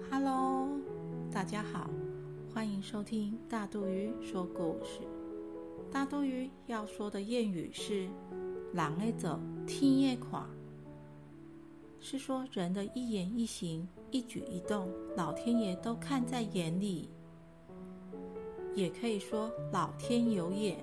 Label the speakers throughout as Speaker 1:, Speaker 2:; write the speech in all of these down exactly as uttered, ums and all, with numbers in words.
Speaker 1: Hello， 大家好，欢迎收听大肚鱼说故事。大肚鱼要说的谚语是人的走，天的看，是说人的一言一行、一举一动，老天爷都看在眼里，也可以说老天有眼。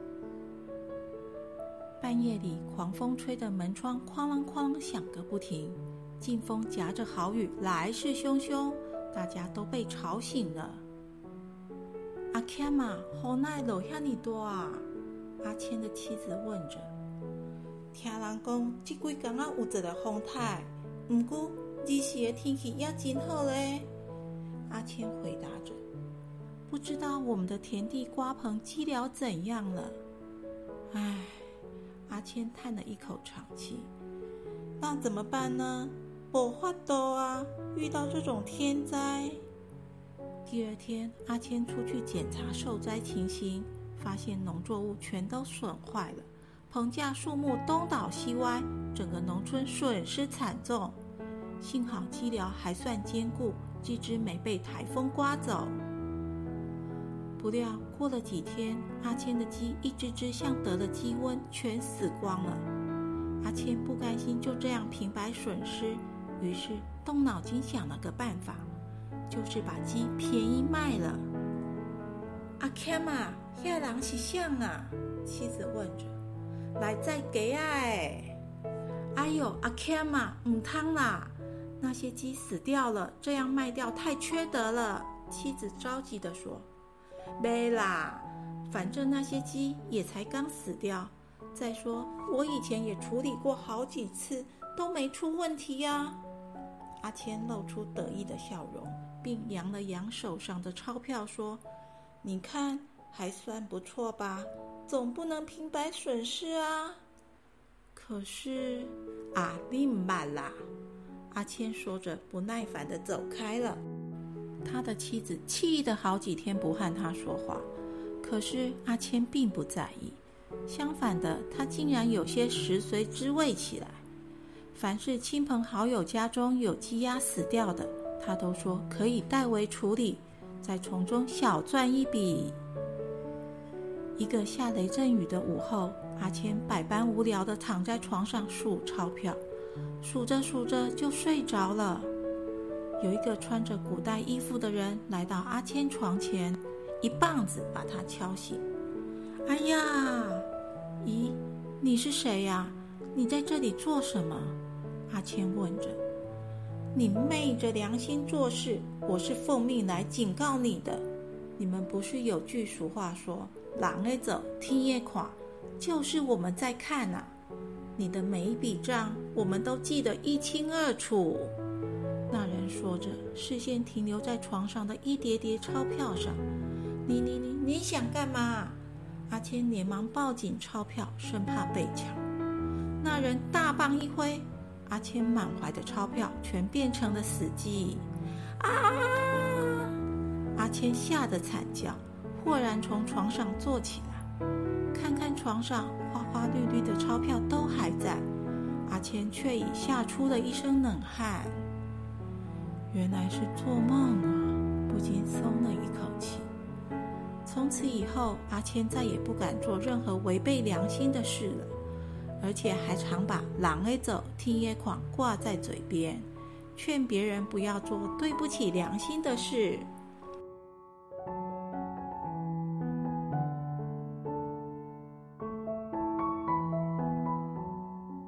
Speaker 1: 半夜里，狂风吹得门窗哐啷哐啷响个不停，劲风夹着豪雨，来势汹汹，大家都被吵醒了。阿谦啊，雨哪会落遐尼大啊？阿谦的妻子问着。听人讲，这几天啊有一个风台，不过日时的天气也真好嘞。阿谦回答着。不知道我们的田地瓜棚积了怎样了？唉。阿谦叹了一口长气，那怎么办呢？没法度啊，遇到这种天灾。第二天，阿谦出去检查受灾情形，发现农作物全都损坏了，棚架树木东倒西歪，整个农村损失惨重。幸好鸡寮还算坚固，鸡只没被台风刮走。不料过了几天，阿谦的鸡一只只像得了鸡瘟，全死光了。阿谦不甘心就这样平白损失，于是动脑筋想了个办法，就是把鸡便宜卖了。阿谦啊，遐人是谁啊？妻子问着。来再给啊！哎呦，阿谦啊，唔通啦，那些鸡死掉了，这样卖掉太缺德了。妻子着急地说。没啦，反正那些鸡也才刚死掉。再说，我以前也处理过好几次，都没出问题呀。阿谦露出得意的笑容，并扬了扬手上的钞票，说：“你看，还算不错吧？总不能平白损失啊。”可是，啊，你慢啦！阿谦说着，不耐烦地走开了。他的妻子气得好几天不和他说话，可是阿谦并不在意，相反的，他竟然有些食髓知味起来。凡是亲朋好友家中有鸡鸭死掉的，他都说可以代为处理，再从中小赚一笔。一个下雷阵雨的午后，阿谦百般无聊地躺在床上数钞票，数着数着就睡着了。有一个穿着古代衣服的人来到阿谦床前，一棒子把他敲醒。哎呀，咦，你是谁呀？你在这里做什么？阿谦问着。你昧着良心做事，我是奉命来警告你的。你们不是有句俗话说，人的走，天的看，就是我们在看啊。你的每一笔账，我们都记得一清二楚。那人说着，视线停留在床上的一叠叠钞票上。你你你你想干嘛？阿谦连忙抱紧钞票，生怕被抢。那人大棒一挥，阿谦满怀的钞票全变成了死鸡。啊！阿谦吓得惨叫，豁然从床上坐起来，看看床上花花绿绿的钞票都还在，阿谦却已吓出了一身冷汗。原来是做梦啊，不禁松了一口气。从此以后，阿谦再也不敢做任何违背良心的事了，而且还常把人的走，天的看挂在嘴边，劝别人不要做对不起良心的事。